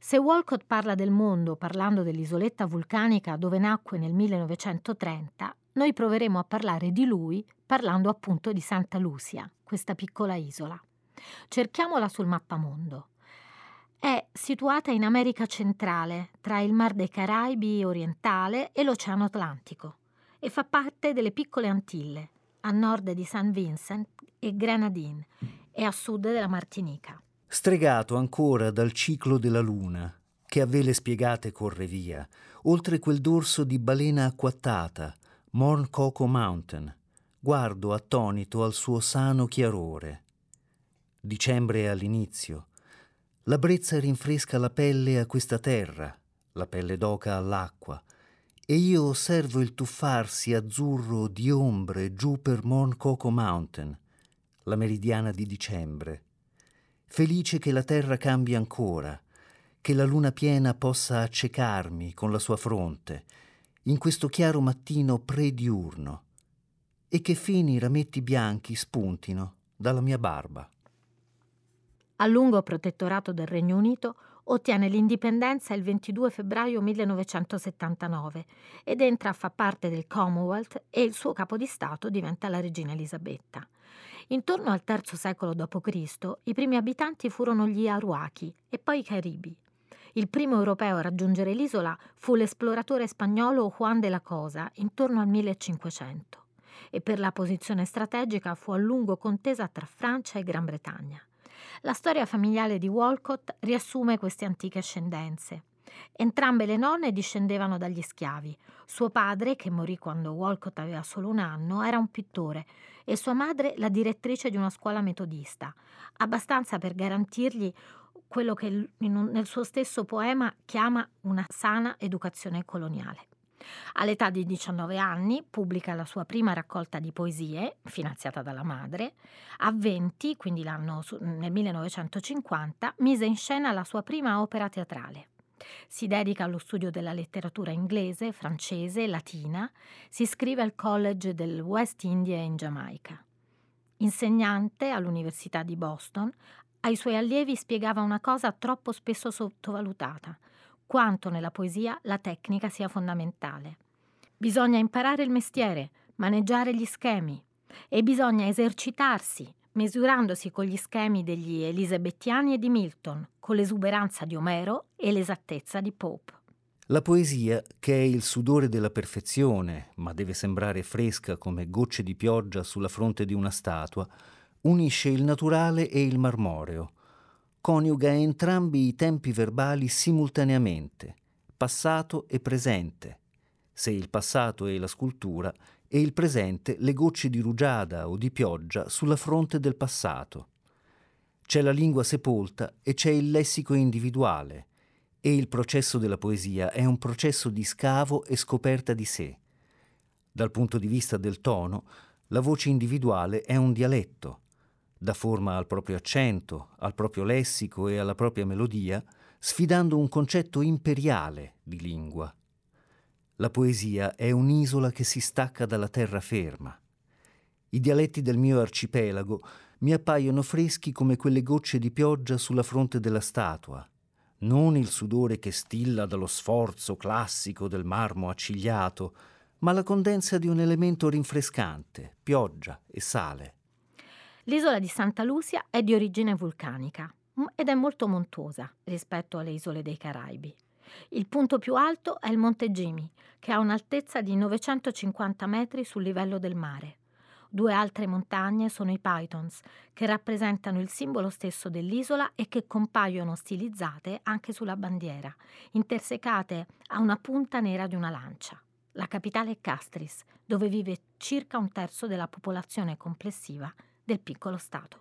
Se Walcott parla del mondo parlando dell'isoletta vulcanica dove nacque nel 1930, noi proveremo a parlare di lui parlando appunto di Santa Lucia, questa piccola isola. Cerchiamola sul mappamondo. È situata in America centrale, tra il Mar dei Caraibi orientale e l'Oceano Atlantico, e fa parte delle Piccole Antille, a nord di St. Vincent e Grenadine e a sud della Martinica. Stregato ancora dal ciclo della luna, che a vele spiegate corre via, oltre quel dorso di balena acquattata, Morne Coco Mountain, guardo attonito al suo sano chiarore. Dicembre è all'inizio. La brezza rinfresca la pelle a questa terra, la pelle d'oca all'acqua, e io osservo il tuffarsi azzurro di ombre giù per Morne Coco Mountain, la meridiana di dicembre. Felice che la terra cambi ancora, che la luna piena possa accecarmi con la sua fronte, in questo chiaro mattino prediurno, e che fini rametti bianchi spuntino dalla mia barba. A lungo protettorato del Regno Unito, ottiene l'indipendenza il 22 febbraio 1979 ed entra a far parte del Commonwealth e il suo capo di Stato diventa la regina Elisabetta. Intorno al III secolo d.C. i primi abitanti furono gli Aruachi e poi i Caribi. Il primo europeo a raggiungere l'isola fu l'esploratore spagnolo Juan de la Cosa intorno al 1500 e per la posizione strategica fu a lungo contesa tra Francia e Gran Bretagna. La storia familiare di Walcott riassume queste antiche ascendenze. Entrambe le nonne discendevano dagli schiavi. Suo padre, che morì quando Walcott aveva solo 1 anno, era un pittore e sua madre la direttrice di una scuola metodista, abbastanza per garantirgli quello che nel suo stesso poema chiama una sana educazione coloniale. All'età di 19 anni pubblica la sua prima raccolta di poesie, finanziata dalla madre. A 20, quindi nel 1950, mise in scena la sua prima opera teatrale. Si dedica allo studio della letteratura inglese, francese e latina. Si iscrive al College del West India in Giamaica. Insegnante all'Università di Boston, ai suoi allievi spiegava una cosa troppo spesso sottovalutata: quanto nella poesia la tecnica sia fondamentale. Bisogna imparare il mestiere, maneggiare gli schemi e bisogna esercitarsi, misurandosi con gli schemi degli elisabettiani e di Milton, con l'esuberanza di Omero e l'esattezza di Pope. La poesia, che è il sudore della perfezione, ma deve sembrare fresca come gocce di pioggia sulla fronte di una statua, unisce il naturale e il marmoreo. Coniuga entrambi i tempi verbali simultaneamente, passato e presente. Se il passato è la scultura e il presente le gocce di rugiada o di pioggia sulla fronte del passato. C'è la lingua sepolta e c'è il lessico individuale, e il processo della poesia è un processo di scavo e scoperta di sé. Dal punto di vista del tono, la voce individuale è un dialetto. Dà forma al proprio accento, al proprio lessico e alla propria melodia, sfidando un concetto imperiale di lingua. La poesia è un'isola che si stacca dalla terraferma. I dialetti del mio arcipelago mi appaiono freschi come quelle gocce di pioggia sulla fronte della statua, non il sudore che stilla dallo sforzo classico del marmo accigliato, ma la condensa di un elemento rinfrescante, pioggia e sale. L'isola di Santa Lucia è di origine vulcanica ed è molto montuosa rispetto alle isole dei Caraibi. Il punto più alto è il Monte Jimmy, che ha un'altezza di 950 metri sul livello del mare. 2 altre montagne sono i Pitons, che rappresentano il simbolo stesso dell'isola e che compaiono stilizzate anche sulla bandiera, intersecate a una punta nera di una lancia. La capitale è Castries, dove vive circa 1/3 della popolazione complessiva del piccolo stato.